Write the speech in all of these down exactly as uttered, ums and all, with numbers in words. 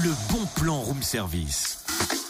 Le bon plan room service.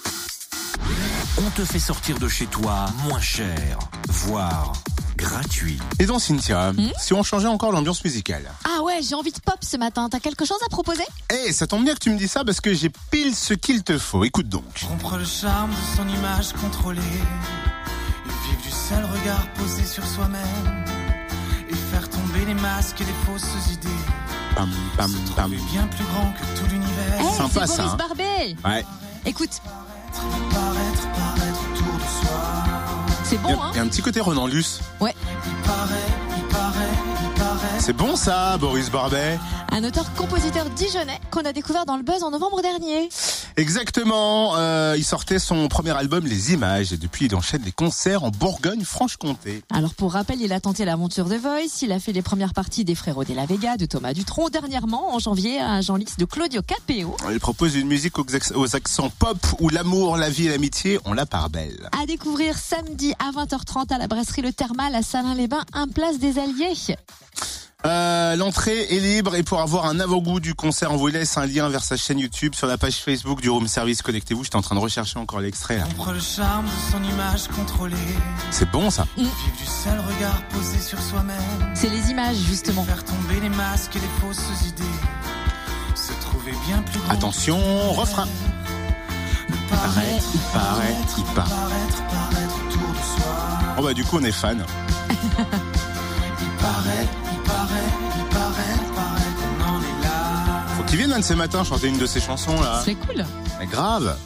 On te fait sortir de chez toi moins cher, voire gratuit. Et donc Cynthia, mmh si on changeait encore l'ambiance musicale? Ah ouais, j'ai envie de pop ce matin. T'as quelque chose à proposer? Eh, hey, ça tombe bien que tu me dis ça parce que j'ai pile ce qu'il te faut. Écoute donc. Rompre le charme de son image contrôlée et vivre du seul regard posé sur soi-même et faire tomber les masques et les fausses idées. Pam, pam, Se pam. trouver bien plus grand que tout l'univers. Hey, Sympa, c'est ça, Boris hein. Barbet. Ouais. Écoute, Paraître, paraître autour de soi. c'est Il y, bon, a, hein? il y a un petit côté Ronan Luce. Ouais. Il paraît, il paraît, il paraît. C'est bon ça, Boris Barbet. Un auteur-compositeur dijonnais qu'on a découvert dans le Buzz en novembre dernier. Exactement. Euh, il sortait son premier album, Les Images, et depuis il enchaîne les concerts en Bourgogne-Franche-Comté. Alors pour rappel, il a tenté l'aventure de Voice, il a fait les premières parties des Frérots de la Vega, de Thomas Dutronc, dernièrement en janvier à Jean-Lix de Claudio Capéo. Il propose une musique aux, acc- aux accents pop où l'amour, la vie et l'amitié ont la part belle. À découvrir samedi à vingt heures trente à la brasserie Le Thermal à Salins-les-Bains, un place des Alliés. Euh, l'entrée est libre et pour avoir un avant-goût du concert, on vous laisse un lien vers sa chaîne YouTube sur la page Facebook du Room Service. Connectez-vous, j'étais en train de rechercher encore l'extrait là. Rompre le charme de son image contrôlée. C'est bon ça. Vivre du seul regard posé sur soi-même. C'est les images justement. Faire tomber les masques et les fausses idées. Se trouver bien plus grand. Attention, refrain. Il paraît, il paraît, il paraît. Paraître, paraître autour de soi. Oh bah du coup on est fan. Il paraît, il paraît, il paraît, paraît qu'on en est là. Faut qu'il vienne un de ces matins chanter une de ses chansons là. C'est cool. Mais grave.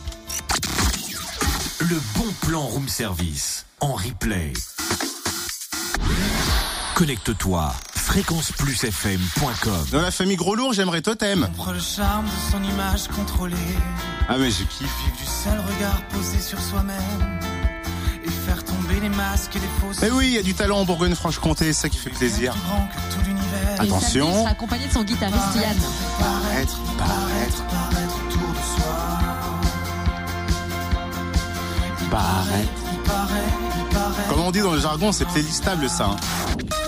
Le bon plan room service en replay. Connecte-toi fréquence plus f m point com. Dans la famille Gros Lourd, j'aimerais Totem. Rompre le charme de son image contrôlée. Ah mais je kiffe. Vivre du seul regard posé sur soi-même. Et faire tomber les masques et les fausses. Eh oui, il y a du talent en Bourgogne-Franche-Comté, c'est ça qui fait plaisir. Plus grand que tout l'univers. Et Attention. samedi, il sera accompagné de son guitariste Yann. Paraître, paraître, Paraître autour de soi. paraître. Il paraît, il paraît. Comme on dit dans le jargon, c'est playlistable ça. hein.